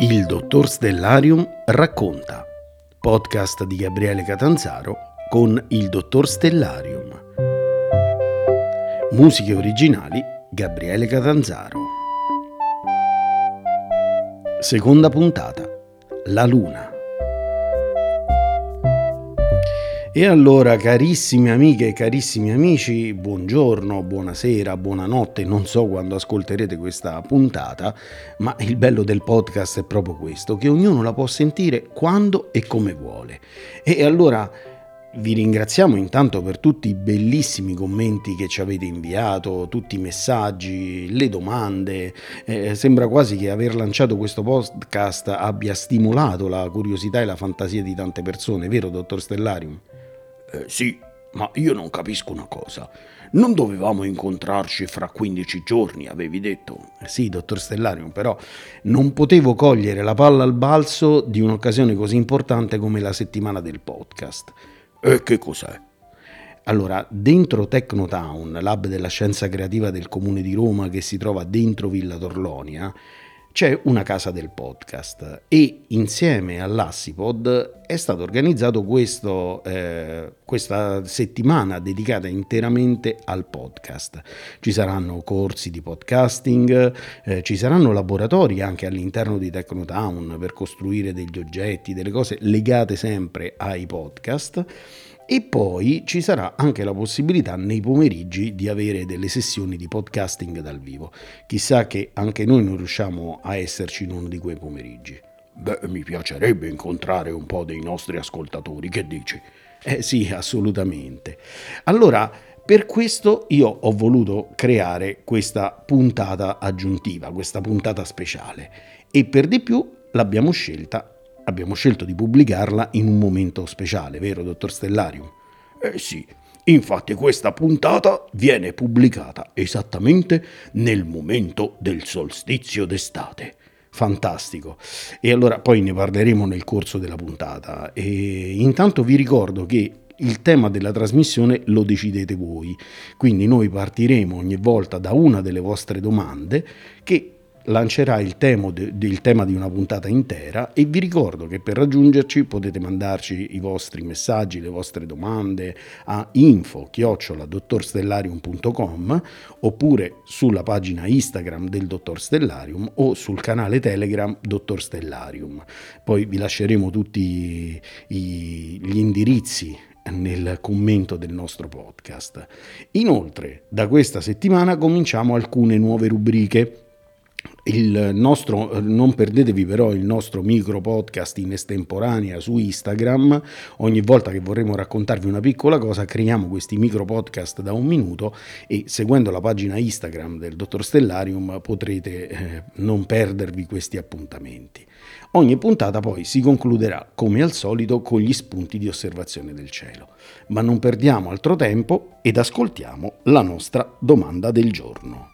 Il Dottor Stellarium racconta, podcast di Gabriele Catanzaro con il Dottor Stellarium. Musiche originali Gabriele Catanzaro. Seconda puntata, la Luna. E allora, carissime amiche e carissimi amici, buongiorno, buonasera, buonanotte, non so quando ascolterete questa puntata, ma il bello del podcast è proprio questo, che ognuno la può sentire quando e come vuole. E allora vi ringraziamo intanto per tutti i bellissimi commenti che ci avete inviato, tutti i messaggi, le domande. Sembra quasi che aver lanciato questo podcast abbia stimolato la curiosità e la fantasia di tante persone, vero, Dottor Stellarium? Sì, ma io non capisco una cosa. Non dovevamo incontrarci fra 15 giorni, avevi detto? Sì, Dottor Stellarium, però non potevo cogliere la palla al balzo di un'occasione così importante come la settimana del podcast. E che cos'è? Allora, dentro Technotown, l'hub della scienza creativa del Comune di Roma che si trova dentro Villa Torlonia, c'è una casa del podcast e insieme all'Assipod è stato organizzato questa settimana dedicata interamente al podcast. Ci saranno corsi di podcasting, ci saranno laboratori anche all'interno di Technotown per costruire degli oggetti, delle cose legate sempre ai podcast. E poi ci sarà anche la possibilità nei pomeriggi di avere delle sessioni di podcasting dal vivo. Chissà che anche noi non riusciamo a esserci in uno di quei pomeriggi. Beh, mi piacerebbe incontrare un po' dei nostri ascoltatori, che dici? Sì, assolutamente. Allora, per questo io ho voluto creare questa puntata aggiuntiva, questa puntata speciale. E per di più abbiamo scelto di pubblicarla in un momento speciale, vero, Dottor Stellarium? Sì, infatti questa puntata viene pubblicata esattamente nel momento del solstizio d'estate. Fantastico. E allora poi ne parleremo nel corso della puntata. E intanto vi ricordo che il tema della trasmissione lo decidete voi, quindi noi partiremo ogni volta da una delle vostre domande che lancerà il tema di una puntata intera, e vi ricordo che per raggiungerci potete mandarci i vostri messaggi, le vostre domande a info@dottorstellarium.com oppure sulla pagina Instagram del Dottor Stellarium o sul canale Telegram Dottor Stellarium. Poi vi lasceremo tutti gli indirizzi nel commento del nostro podcast. Inoltre, da questa settimana cominciamo alcune nuove rubriche. Non perdetevi però il nostro micro podcast in estemporanea su Instagram. Ogni volta che vorremmo raccontarvi una piccola cosa creiamo questi micro podcast da 1 minuto e seguendo la pagina Instagram del Dottor Stellarium potrete non perdervi questi appuntamenti. Ogni puntata poi si concluderà come al solito con gli spunti di osservazione del cielo. Ma non perdiamo altro tempo ed ascoltiamo la nostra domanda del giorno.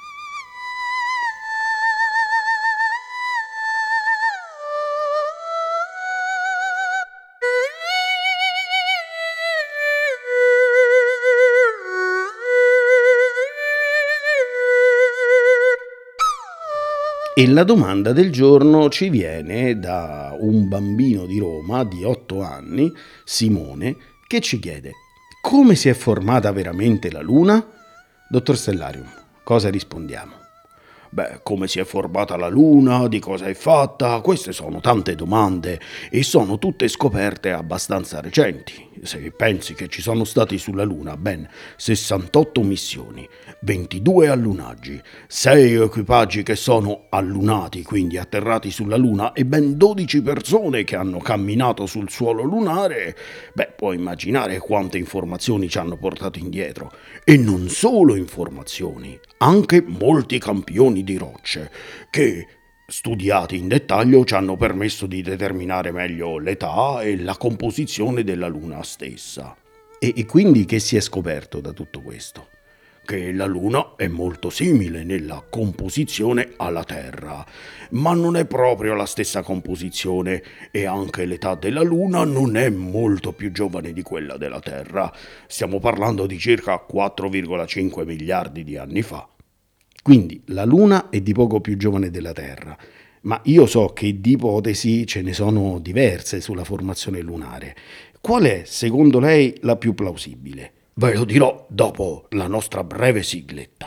E la domanda del giorno ci viene da un bambino di Roma di 8 anni, Simone, che ci chiede: come si è formata veramente la Luna? Dottor Stellarium, cosa rispondiamo? Beh, come si è formata la Luna, di cosa è fatta? Queste sono tante domande e sono tutte scoperte abbastanza recenti. Se pensi che ci sono stati sulla Luna ben 68 missioni, 22 allunaggi, 6 equipaggi che sono allunati, quindi atterrati sulla Luna, e ben 12 persone che hanno camminato sul suolo lunare, puoi immaginare quante informazioni ci hanno portato indietro. E non solo informazioni, anche molti campioni di rocce che, studiati in dettaglio, ci hanno permesso di determinare meglio l'età e la composizione della Luna stessa. E quindi che si è scoperto da tutto questo? Che la Luna è molto simile nella composizione alla Terra, ma non è proprio la stessa composizione e anche l'età della Luna non è molto più giovane di quella della Terra. Stiamo parlando di circa 4,5 miliardi di anni fa. Quindi la Luna è di poco più giovane della Terra. Ma io so che di ipotesi ce ne sono diverse sulla formazione lunare. Qual è, secondo lei, la più plausibile? Ve lo dirò dopo la nostra breve sigletta.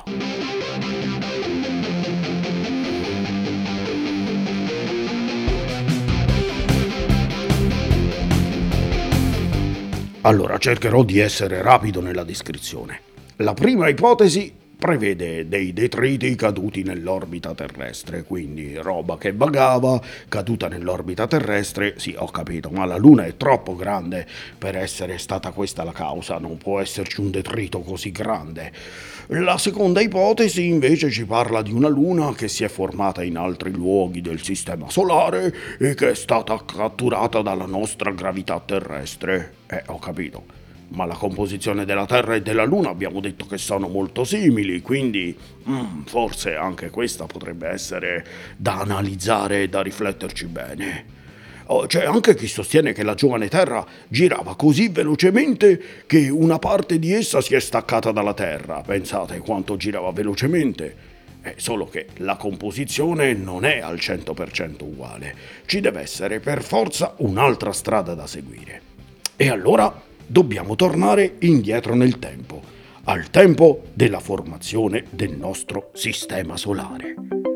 Allora, cercherò di essere rapido nella descrizione. La prima ipotesi prevede dei detriti caduti nell'orbita terrestre, quindi roba che vagava, caduta nell'orbita terrestre. Sì, ho capito, ma la Luna è troppo grande per essere stata questa la causa, non può esserci un detrito così grande. La seconda ipotesi invece ci parla di una Luna che si è formata in altri luoghi del Sistema Solare e che è stata catturata dalla nostra gravità terrestre. Ho capito. Ma la composizione della Terra e della Luna abbiamo detto che sono molto simili, quindi forse anche questa potrebbe essere da analizzare e da rifletterci bene. C'è anche chi sostiene che la giovane Terra girava così velocemente che una parte di essa si è staccata dalla Terra. Pensate quanto girava velocemente. Solo che la composizione non è al 100% uguale. Ci deve essere per forza un'altra strada da seguire. E allora dobbiamo tornare indietro nel tempo, al tempo della formazione del nostro sistema solare.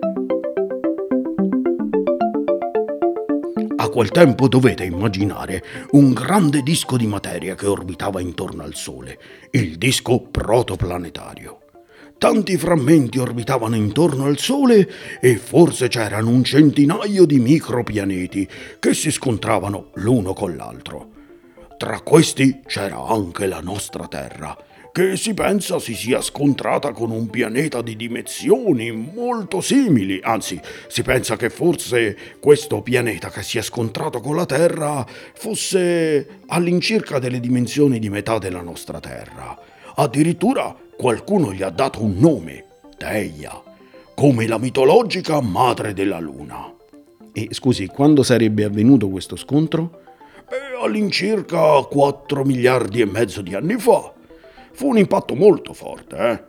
A quel tempo dovete immaginare un grande disco di materia che orbitava intorno al Sole, il disco protoplanetario. Tanti frammenti orbitavano intorno al Sole e forse c'erano un centinaio di micropianeti che si scontravano l'uno con l'altro. Tra questi c'era anche la nostra Terra, che si pensa si sia scontrata con un pianeta di dimensioni molto simili. Anzi, si pensa che forse questo pianeta che si è scontrato con la Terra fosse all'incirca delle dimensioni di metà della nostra Terra. Addirittura qualcuno gli ha dato un nome, Theia, come la mitologica madre della Luna. E scusi, quando sarebbe avvenuto questo scontro? All'incirca 4 miliardi e mezzo di anni fa. Fu un impatto molto forte,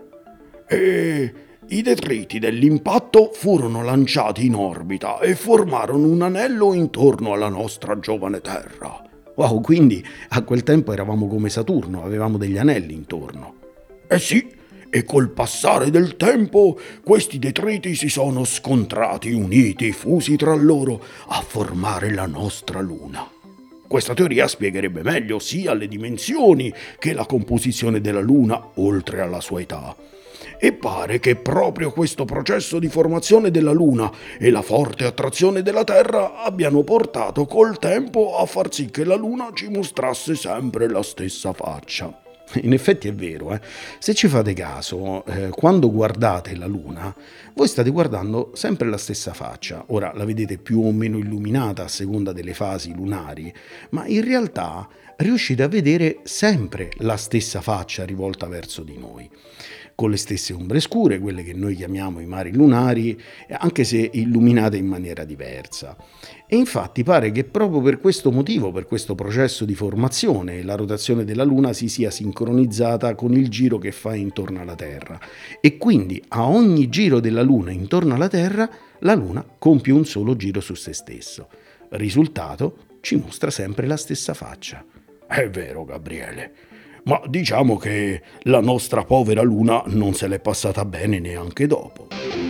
E i detriti dell'impatto furono lanciati in orbita e formarono un anello intorno alla nostra giovane Terra. Wow, quindi a quel tempo eravamo come Saturno, avevamo degli anelli intorno. Sì, e col passare del tempo questi detriti si sono scontrati, uniti, fusi tra loro a formare la nostra Luna. Questa teoria spiegherebbe meglio sia le dimensioni che la composizione della Luna oltre alla sua età. E pare che proprio questo processo di formazione della Luna e la forte attrazione della Terra abbiano portato col tempo a far sì che la Luna ci mostrasse sempre la stessa faccia. In effetti è vero, Se ci fate caso, quando guardate la Luna, voi state guardando sempre la stessa faccia. Ora la vedete più o meno illuminata a seconda delle fasi lunari, ma in realtà riuscite a vedere sempre la stessa faccia rivolta verso di noi, con le stesse ombre scure, quelle che noi chiamiamo i mari lunari, anche se illuminate in maniera diversa. E infatti pare che proprio per questo motivo, per questo processo di formazione, la rotazione della Luna si sia sincronizzata con il giro che fa intorno alla Terra. E quindi a ogni giro della Luna intorno alla Terra, la Luna compie un solo giro su se stesso. Risultato, ci mostra sempre la stessa faccia. È vero, Gabriele. Ma diciamo che la nostra povera Luna non se l'è passata bene neanche dopo.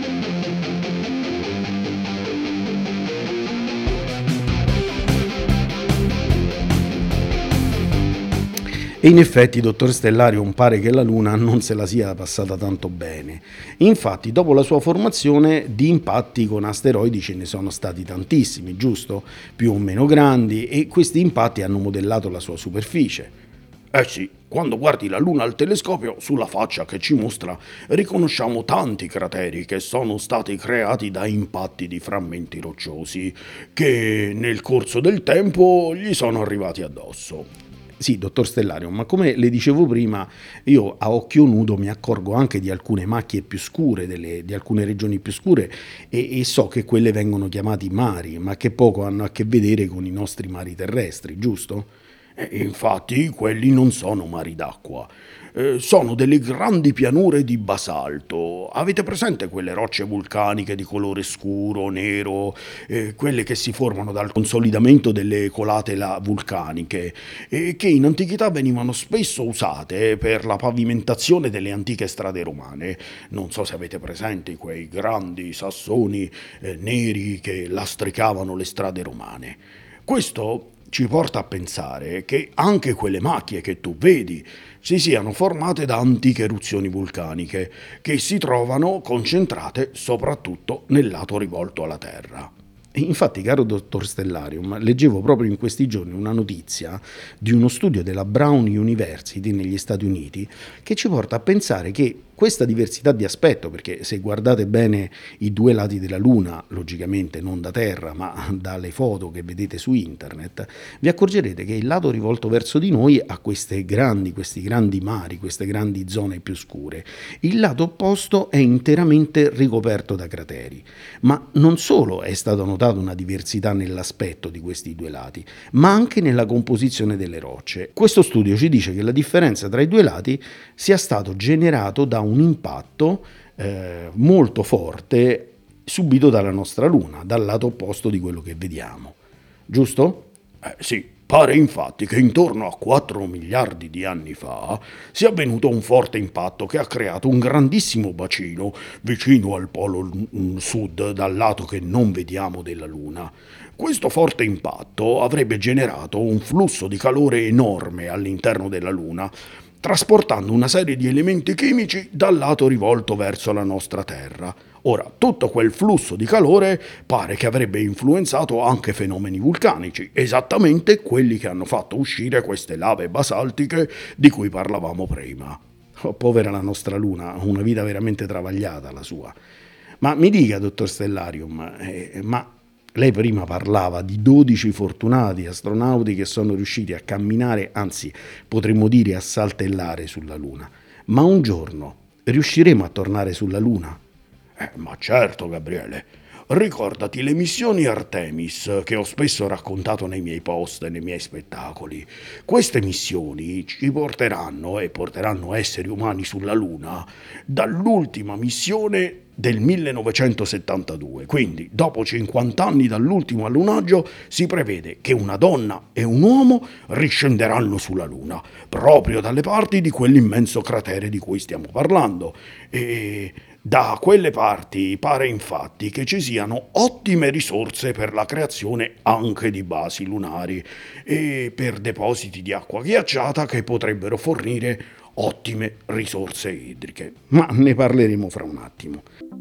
E in effetti, dottor Stellarium, pare che la Luna non se la sia passata tanto bene. Infatti, dopo la sua formazione, di impatti con asteroidi ce ne sono stati tantissimi, giusto? Più o meno grandi, e questi impatti hanno modellato la sua superficie. Sì, quando guardi la Luna al telescopio, sulla faccia che ci mostra, riconosciamo tanti crateri che sono stati creati da impatti di frammenti rocciosi, che nel corso del tempo gli sono arrivati addosso. Sì, dottor Stellarium, ma come le dicevo prima, io a occhio nudo mi accorgo anche di alcune macchie più scure, di alcune regioni più scure, e so che quelle vengono chiamati mari, ma che poco hanno a che vedere con i nostri mari terrestri, giusto? Infatti quelli non sono mari d'acqua. sono delle grandi pianure di basalto. Avete presente quelle rocce vulcaniche di colore scuro, nero, quelle che si formano dal consolidamento delle colate vulcaniche e che in antichità venivano spesso usate per la pavimentazione delle antiche strade romane. Non so se avete presente quei grandi sassoni neri che lastricavano le strade romane. Questo ci porta a pensare che anche quelle macchie che tu vedi si siano formate da antiche eruzioni vulcaniche che si trovano concentrate soprattutto nel lato rivolto alla Terra. E infatti, caro dottor Stellarium, leggevo proprio in questi giorni una notizia di uno studio della Brown University negli Stati Uniti che ci porta a pensare che questa diversità di aspetto, perché se guardate bene i due lati della Luna, logicamente non da terra ma dalle foto che vedete su internet, vi accorgerete che il lato rivolto verso di noi ha questi grandi mari, queste grandi zone più scure. Il lato opposto è interamente ricoperto da crateri. Ma non solo è stata notata una diversità nell'aspetto di questi due lati, ma anche nella composizione delle rocce. Questo studio ci dice che la differenza tra i due lati sia stato generato da un impatto molto forte subito dalla nostra Luna, dal lato opposto di quello che vediamo. Giusto? Sì, pare infatti che intorno a 4 miliardi di anni fa sia avvenuto un forte impatto che ha creato un grandissimo bacino vicino al polo sud dal lato che non vediamo della Luna. Questo forte impatto avrebbe generato un flusso di calore enorme all'interno della Luna, trasportando una serie di elementi chimici dal lato rivolto verso la nostra Terra. Ora, tutto quel flusso di calore pare che avrebbe influenzato anche fenomeni vulcanici, esattamente quelli che hanno fatto uscire queste lave basaltiche di cui parlavamo prima. Oh, povera la nostra Luna, una vita veramente travagliata la sua. Ma mi dica, dottor Stellarium, ma lei prima parlava di 12 fortunati astronauti che sono riusciti a camminare, anzi potremmo dire a saltellare sulla Luna. Ma un giorno riusciremo a tornare sulla Luna? Ma certo, Gabriele. Ricordati le missioni Artemis che ho spesso raccontato nei miei post e nei miei spettacoli. Queste missioni ci porteranno e porteranno esseri umani sulla Luna dall'ultima missione del 1972. Quindi, dopo 50 anni dall'ultimo allunaggio, si prevede che una donna e un uomo riscenderanno sulla Luna, proprio dalle parti di quell'immenso cratere di cui stiamo parlando. E da quelle parti pare infatti che ci siano ottime risorse per la creazione anche di basi lunari e per depositi di acqua ghiacciata che potrebbero fornire ottime risorse idriche. Ma ne parleremo fra un attimo.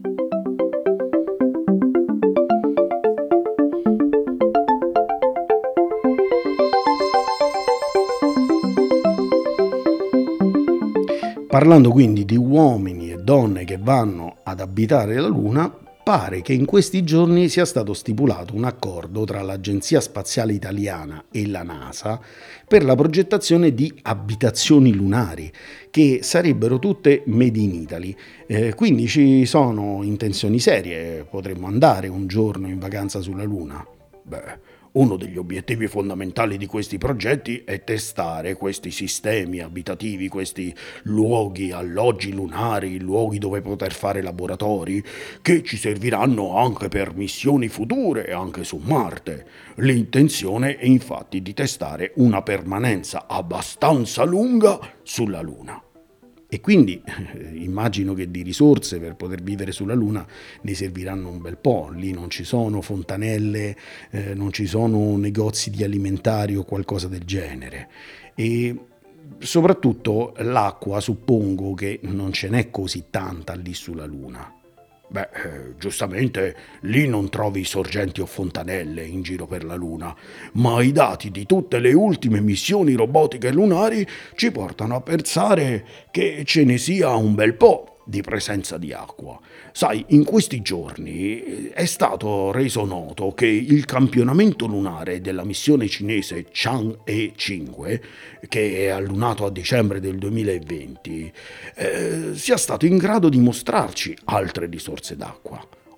Parlando quindi di uomini e donne che vanno ad abitare la Luna, pare che in questi giorni sia stato stipulato un accordo tra l'Agenzia Spaziale Italiana e la NASA per la progettazione di abitazioni lunari, che sarebbero tutte made in Italy. Quindi ci sono intenzioni serie, potremmo andare un giorno in vacanza sulla Luna. Uno degli obiettivi fondamentali di questi progetti è testare questi sistemi abitativi, questi luoghi, alloggi lunari, luoghi dove poter fare laboratori, che ci serviranno anche per missioni future, anche su Marte. L'intenzione è infatti di testare una permanenza abbastanza lunga sulla Luna. E quindi immagino che di risorse per poter vivere sulla Luna ne serviranno un bel po'. Lì non ci sono fontanelle, non ci sono negozi di alimentari o qualcosa del genere. E soprattutto l'acqua, suppongo che non ce n'è così tanta lì sulla Luna. Giustamente lì non trovi sorgenti o fontanelle in giro per la Luna, ma i dati di tutte le ultime missioni robotiche lunari ci portano a pensare che ce ne sia un bel po' di presenza di acqua. Sai, in questi giorni è stato reso noto che il campionamento lunare della missione cinese Chang'e 5, che è allunato a dicembre del 2020, sia stato in grado di mostrarci altre risorse d'acqua.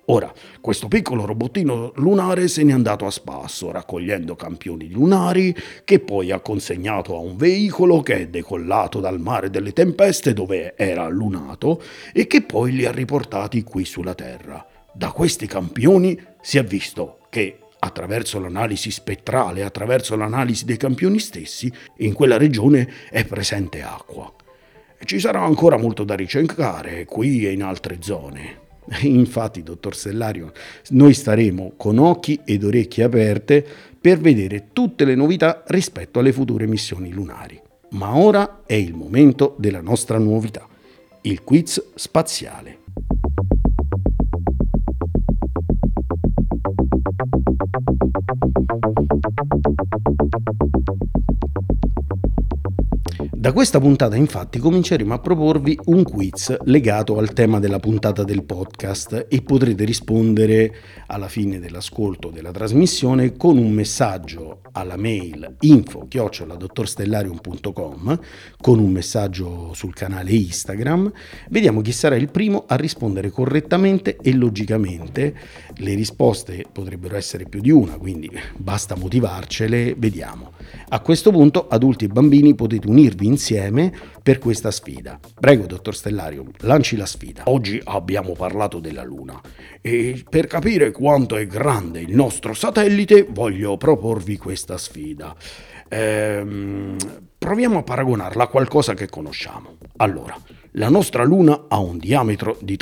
Ora, questo piccolo robottino lunare se n'è andato a spasso, raccogliendo campioni lunari, che poi ha consegnato a un veicolo che è decollato dal mare delle tempeste dove era lunato e che poi li ha riportati qui sulla Terra. Da questi campioni si è visto che attraverso l'analisi spettrale, attraverso l'analisi dei campioni stessi, in quella regione è presente acqua. Ci sarà ancora molto da ricercare qui e in altre zone. Infatti, dottor Stellario, noi staremo con occhi ed orecchie aperte per vedere tutte le novità rispetto alle future missioni lunari. Ma ora è il momento della nostra novità, il quiz spaziale. Da questa puntata infatti cominceremo a proporvi un quiz legato al tema della puntata del podcast e potrete rispondere alla fine dell'ascolto della trasmissione con un messaggio alla mail info@dottorstellarium.com, con un messaggio sul canale Instagram. Vediamo chi sarà il primo a rispondere correttamente e logicamente. Le risposte potrebbero essere più di una, quindi basta motivarcele, vediamo. A questo punto, adulti e bambini, potete unirvi insieme per questa sfida. Prego, dottor Stellario, lanci la sfida. Oggi abbiamo parlato della Luna e per capire quanto è grande il nostro satellite voglio proporvi questa sfida. Proviamo a paragonarla a qualcosa che conosciamo. Allora, la nostra Luna ha un diametro di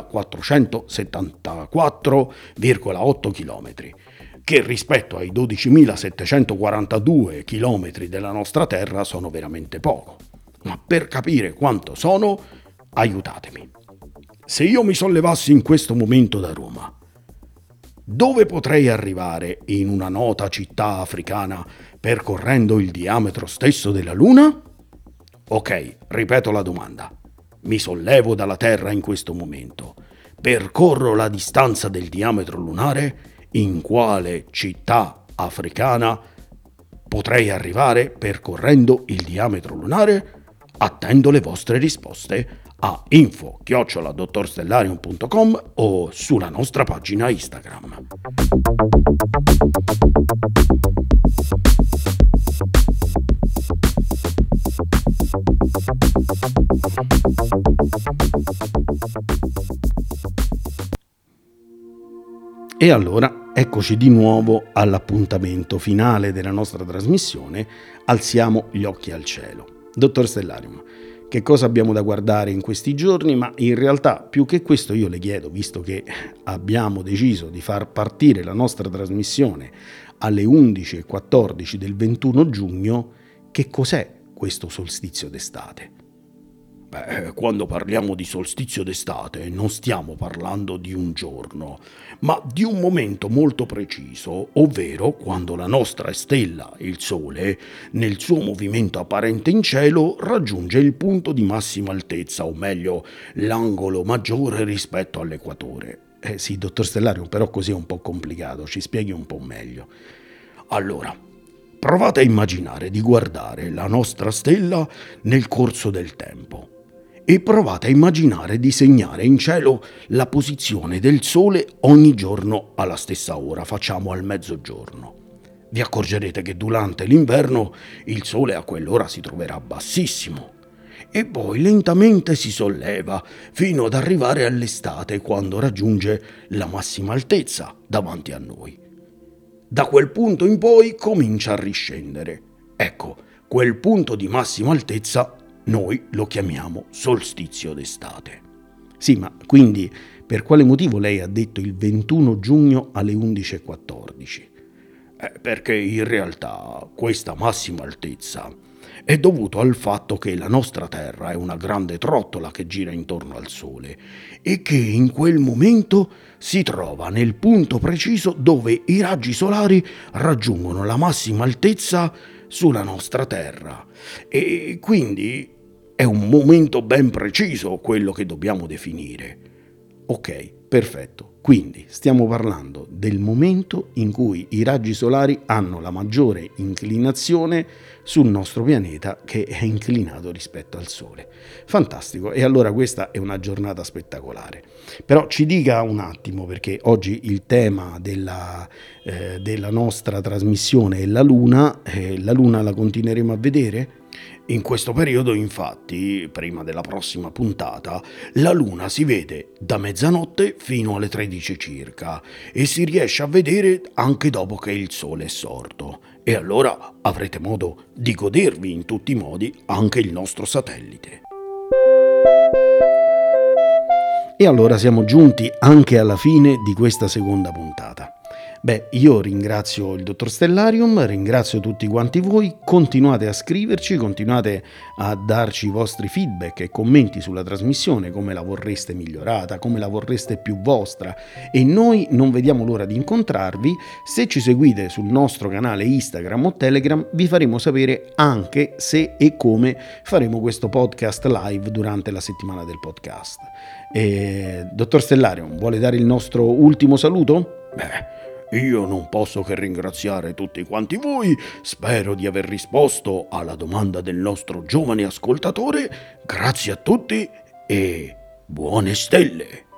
3.474,8 km, che rispetto ai 12.742 km della nostra Terra sono veramente poco. Ma per capire quanto sono, aiutatemi. Se io mi sollevassi in questo momento da Roma, dove potrei arrivare in una nota città africana percorrendo il diametro stesso della Luna? Ok, ripeto la domanda. Mi sollevo dalla Terra in questo momento, percorro la distanza del diametro lunare, in quale città africana potrei arrivare percorrendo il diametro lunare? Attendo le vostre risposte a info@dottorstellarium.com o sulla nostra pagina Instagram. E allora, eccoci di nuovo all'appuntamento finale della nostra trasmissione. Alziamo gli occhi al cielo. Dottor Stellarium, che cosa abbiamo da guardare in questi giorni? Ma in realtà, più che questo, io le chiedo, visto che abbiamo deciso di far partire la nostra trasmissione alle 11:14 del 21 giugno, che cos'è questo solstizio d'estate? Quando parliamo di solstizio d'estate non stiamo parlando di un giorno, ma di un momento molto preciso, ovvero quando la nostra stella, il Sole, nel suo movimento apparente in cielo, raggiunge il punto di massima altezza, o meglio, l'angolo maggiore rispetto all'equatore. Sì, dottor Stellario, però così è un po' complicato, ci spieghi un po' meglio. Allora, provate a immaginare di guardare la nostra stella nel corso del tempo. E provate a immaginare di segnare in cielo la posizione del Sole ogni giorno alla stessa ora, facciamo al mezzogiorno. Vi accorgerete che durante l'inverno il Sole a quell'ora si troverà bassissimo e poi lentamente si solleva fino ad arrivare all'estate, quando raggiunge la massima altezza davanti a noi. Da quel punto in poi comincia a riscendere. Ecco, quel punto di massima altezza noi lo chiamiamo solstizio d'estate. Sì, ma quindi per quale motivo lei ha detto il 21 giugno alle 11:14? Perché in realtà questa massima altezza è dovuto al fatto che la nostra Terra è una grande trottola che gira intorno al Sole e che in quel momento si trova nel punto preciso dove i raggi solari raggiungono la massima altezza sulla nostra Terra, e quindi è un momento ben preciso quello che dobbiamo definire. Ok, Perfetto. Quindi stiamo parlando del momento in cui i raggi solari hanno la maggiore inclinazione sul nostro pianeta, che è inclinato rispetto al Sole. Fantastico, e allora questa è una giornata spettacolare. Però ci dica un attimo, perché oggi il tema della nostra trasmissione è la Luna. La Luna la continueremo a vedere? In questo periodo, infatti, prima della prossima puntata, la Luna si vede da mezzanotte fino alle 13 circa e si riesce a vedere anche dopo che il Sole è sorto. E allora avrete modo di godervi in tutti i modi anche il nostro satellite. E allora siamo giunti anche alla fine di questa seconda puntata. Beh, io ringrazio il dottor Stellarium, ringrazio tutti quanti voi, continuate a scriverci, continuate a darci i vostri feedback e commenti sulla trasmissione, come la vorreste migliorata, come la vorreste più vostra, e noi non vediamo l'ora di incontrarvi. Se ci seguite sul nostro canale Instagram o Telegram vi faremo sapere anche se e come faremo questo podcast live durante la settimana del podcast. Dottor Stellarium, vuole dare il nostro ultimo saluto? Io non posso che ringraziare tutti quanti voi, spero di aver risposto alla domanda del nostro giovane ascoltatore, grazie a tutti e buone stelle!